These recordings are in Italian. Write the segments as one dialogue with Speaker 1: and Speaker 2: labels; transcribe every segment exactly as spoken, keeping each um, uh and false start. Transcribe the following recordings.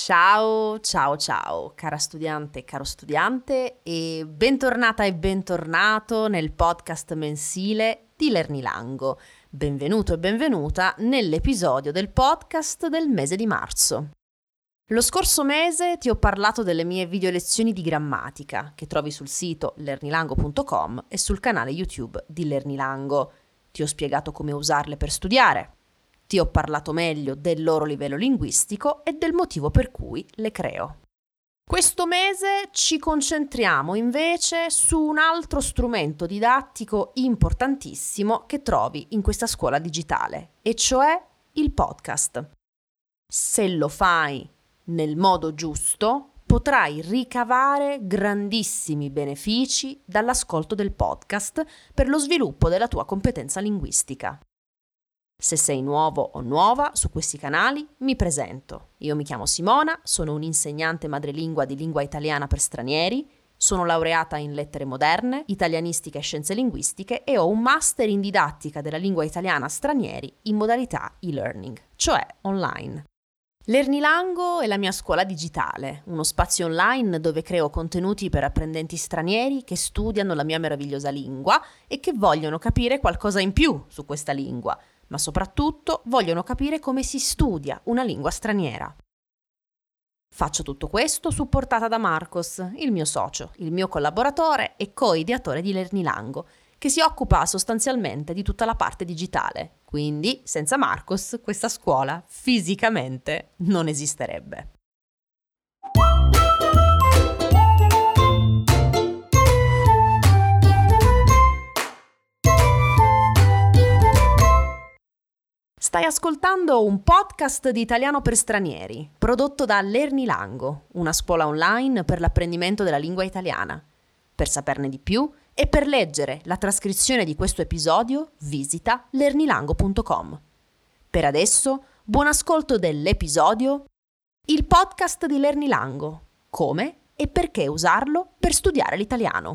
Speaker 1: Ciao, ciao, ciao, cara studiante e caro studiante e bentornata e bentornato nel podcast mensile di Lernilango. Benvenuto e benvenuta nell'episodio del podcast del mese di marzo. Lo scorso mese ti ho parlato delle mie video lezioni di grammatica che trovi sul sito lernilango punto com e sul canale YouTube di Lernilango. Ti ho spiegato come usarle per studiare. Ti ho parlato meglio del loro livello linguistico e del motivo per cui le creo. Questo mese ci concentriamo invece su un altro strumento didattico importantissimo che trovi in questa scuola digitale, e cioè il podcast. Se lo fai nel modo giusto, potrai ricavare grandissimi benefici dall'ascolto del podcast per lo sviluppo della tua competenza linguistica. Se sei nuovo o nuova su questi canali, mi presento. Io mi chiamo Simona, sono un'insegnante madrelingua di lingua italiana per stranieri, sono laureata in lettere moderne, italianistica e scienze linguistiche e ho un master in didattica della lingua italiana a stranieri in modalità e-learning, cioè online. Lernilango è la mia scuola digitale, uno spazio online dove creo contenuti per apprendenti stranieri che studiano la mia meravigliosa lingua e che vogliono capire qualcosa in più su questa lingua, ma soprattutto vogliono capire come si studia una lingua straniera. Faccio tutto questo supportata da Marcos, il mio socio, il mio collaboratore e co-ideatore di Lernilango, che si occupa sostanzialmente di tutta la parte digitale. Quindi, senza Marcos, questa scuola fisicamente non esisterebbe. Stai ascoltando un podcast di italiano per stranieri, prodotto da Lernilango, una scuola online per l'apprendimento della lingua italiana. Per saperne di più e per leggere la trascrizione di questo episodio, visita lernilango punto com. Per adesso, buon ascolto dell'episodio Il podcast di Lernilango. Come e perché usarlo per studiare l'italiano.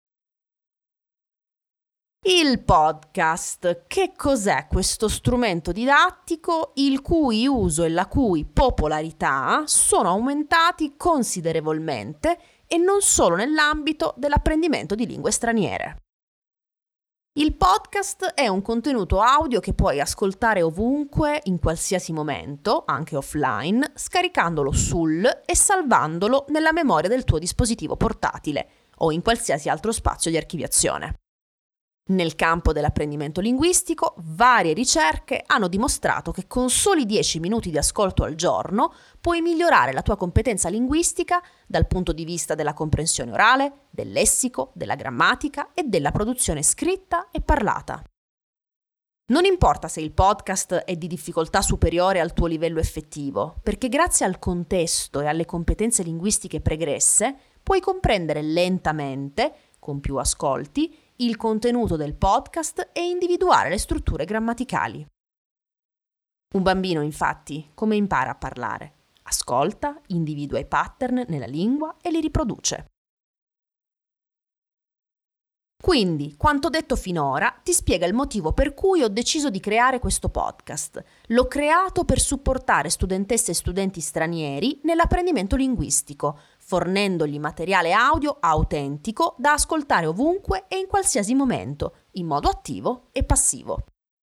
Speaker 1: Il podcast. Che cos'è questo strumento didattico il cui uso e la cui popolarità sono aumentati considerevolmente e non solo nell'ambito dell'apprendimento di lingue straniere? Il podcast è un contenuto audio che puoi ascoltare ovunque, in qualsiasi momento, anche offline, scaricandolo sul e salvandolo nella memoria del tuo dispositivo portatile o in qualsiasi altro spazio di archiviazione. Nel campo dell'apprendimento linguistico, varie ricerche hanno dimostrato che con soli dieci minuti di ascolto al giorno puoi migliorare la tua competenza linguistica dal punto di vista della comprensione orale, del lessico, della grammatica e della produzione scritta e parlata. Non importa se il podcast è di difficoltà superiore al tuo livello effettivo, perché grazie al contesto e alle competenze linguistiche pregresse puoi comprendere lentamente, con più ascolti, il contenuto del podcast e individuare le strutture grammaticali. Un bambino, infatti, come impara a parlare? Ascolta, individua i pattern nella lingua e li riproduce. Quindi, quanto detto finora ti spiega il motivo per cui ho deciso di creare questo podcast. L'ho creato per supportare studentesse e studenti stranieri nell'apprendimento linguistico, fornendogli materiale audio autentico da ascoltare ovunque e in qualsiasi momento, in modo attivo e passivo.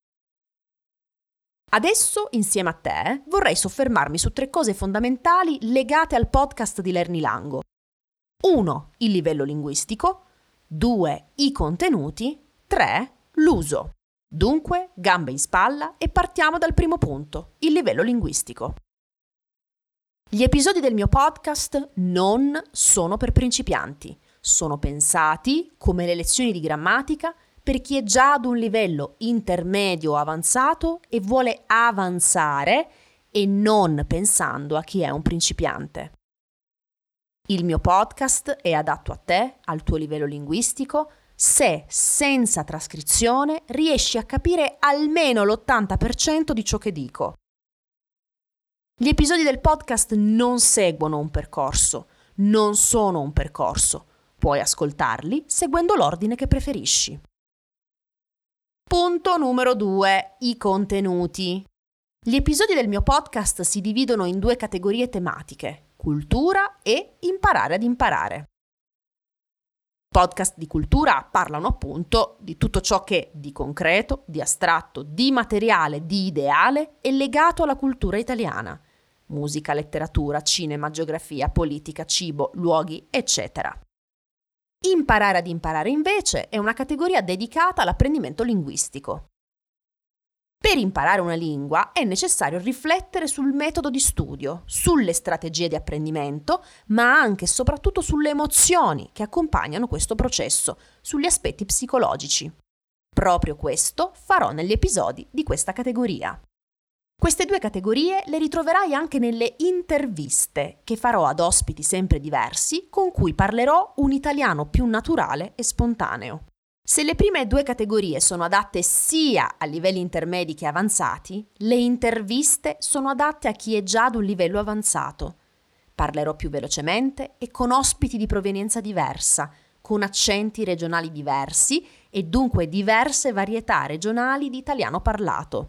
Speaker 1: Adesso, insieme a te, vorrei soffermarmi su tre cose fondamentali legate al podcast di Lernilango. uno. Il livello linguistico. due. I contenuti. tre. L'uso. Dunque, gambe in spalla e partiamo dal primo punto, il livello linguistico. Gli episodi del mio podcast non sono per principianti, sono pensati come le lezioni di grammatica per chi è già ad un livello intermedio o avanzato e vuole avanzare e non pensando a chi è un principiante. Il mio podcast è adatto a te, al tuo livello linguistico, se senza trascrizione riesci a capire almeno l'ottanta per cento di ciò che dico. Gli episodi del podcast non seguono un percorso, non sono un percorso. Puoi ascoltarli seguendo l'ordine che preferisci. Punto numero due. I contenuti. Gli episodi del mio podcast si dividono in due categorie tematiche: cultura e imparare ad imparare. Podcast di cultura parlano appunto di tutto ciò che di concreto, di astratto, di materiale, di ideale è legato alla cultura italiana. Musica, letteratura, cinema, geografia, politica, cibo, luoghi, eccetera. Imparare ad imparare invece è una categoria dedicata all'apprendimento linguistico. Per imparare una lingua è necessario riflettere sul metodo di studio, sulle strategie di apprendimento, ma anche e soprattutto sulle emozioni che accompagnano questo processo, sugli aspetti psicologici. Proprio questo farò negli episodi di questa categoria. Queste due categorie le ritroverai anche nelle interviste che farò ad ospiti sempre diversi con cui parlerò un italiano più naturale e spontaneo. Se le prime due categorie sono adatte sia a livelli intermedi che avanzati, le interviste sono adatte a chi è già ad un livello avanzato. Parlerò più velocemente e con ospiti di provenienza diversa, con accenti regionali diversi e dunque diverse varietà regionali di italiano parlato.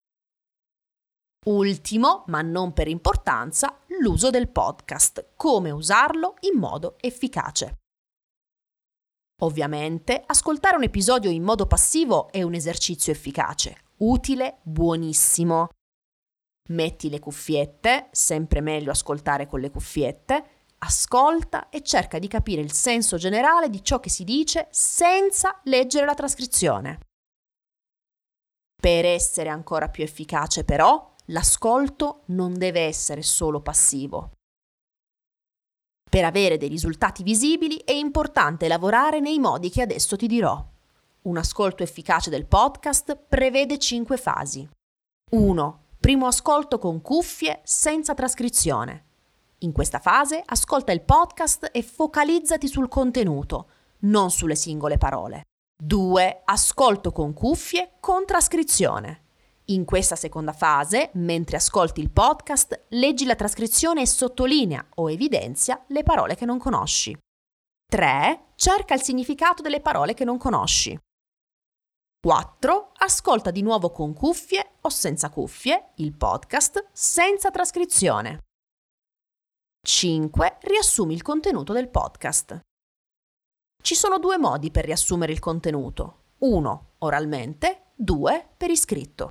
Speaker 1: Ultimo, ma non per importanza, l'uso del podcast, come usarlo in modo efficace. Ovviamente, ascoltare un episodio in modo passivo è un esercizio efficace, utile, buonissimo. Metti le cuffiette, sempre meglio ascoltare con le cuffiette, ascolta e cerca di capire il senso generale di ciò che si dice senza leggere la trascrizione. Per essere ancora più efficace, però, l'ascolto non deve essere solo passivo. Per avere dei risultati visibili è importante lavorare nei modi che adesso ti dirò. Un ascolto efficace del podcast prevede cinque fasi. uno. Primo ascolto con cuffie senza trascrizione. In questa fase ascolta il podcast e focalizzati sul contenuto, non sulle singole parole. due. Ascolto con cuffie con trascrizione. In questa seconda fase, mentre ascolti il podcast, leggi la trascrizione e sottolinea o evidenzia le parole che non conosci. tre. Cerca il significato delle parole che non conosci. quattro. Ascolta di nuovo con cuffie o senza cuffie il podcast senza trascrizione. cinque. Riassumi il contenuto del podcast. Ci sono due modi per riassumere il contenuto. uno. Oralmente. due. Per iscritto.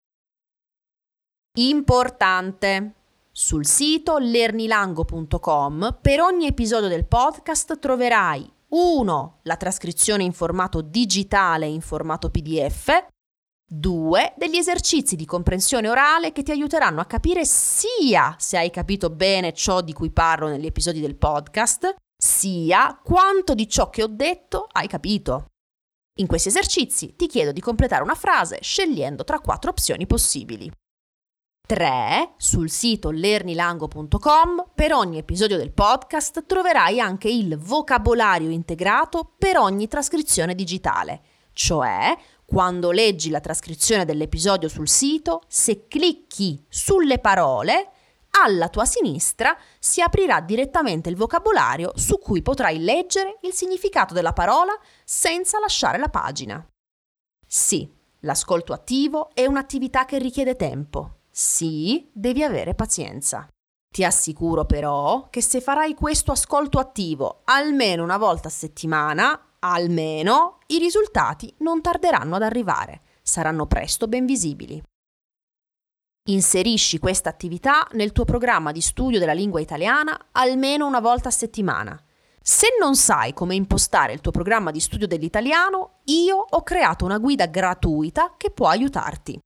Speaker 1: Importante! Sul sito lernilango punto com per ogni episodio del podcast troverai uno. La trascrizione in formato digitale e in formato P D F, due. Degli esercizi di comprensione orale che ti aiuteranno a capire sia se hai capito bene ciò di cui parlo negli episodi del podcast, sia quanto di ciò che ho detto hai capito. In questi esercizi ti chiedo di completare una frase scegliendo tra quattro opzioni possibili. tre. Sul sito lernilango punto com per ogni episodio del podcast troverai anche il vocabolario integrato per ogni trascrizione digitale, cioè quando leggi la trascrizione dell'episodio sul sito, se clicchi sulle parole, alla tua sinistra si aprirà direttamente il vocabolario su cui potrai leggere il significato della parola senza lasciare la pagina. Sì, l'ascolto attivo è un'attività che richiede tempo. Sì, devi avere pazienza. Ti assicuro però che se farai questo ascolto attivo almeno una volta a settimana, almeno, i risultati non tarderanno ad arrivare, saranno presto ben visibili. Inserisci questa attività nel tuo programma di studio della lingua italiana almeno una volta a settimana. Se non sai come impostare il tuo programma di studio dell'italiano, io ho creato una guida gratuita che può aiutarti.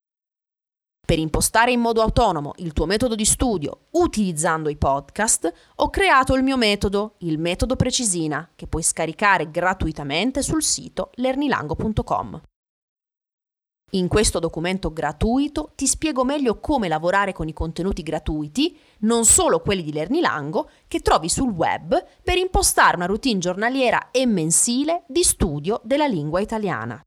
Speaker 1: Per impostare in modo autonomo il tuo metodo di studio utilizzando i podcast, ho creato il mio metodo, il metodo Precisina, che puoi scaricare gratuitamente sul sito lernilango punto com. In questo documento gratuito ti spiego meglio come lavorare con i contenuti gratuiti, non solo quelli di Lernilango, che trovi sul web per impostare una routine giornaliera e mensile di studio della lingua italiana.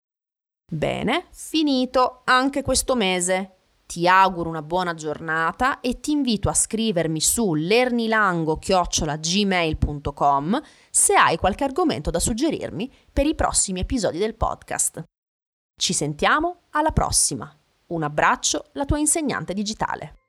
Speaker 1: Bene, finito anche questo mese. Ti auguro una buona giornata e ti invito a scrivermi su lernilango chiocciola gmail punto com se hai qualche argomento da suggerirmi per i prossimi episodi del podcast. Ci sentiamo alla prossima. Un abbraccio, la tua insegnante digitale.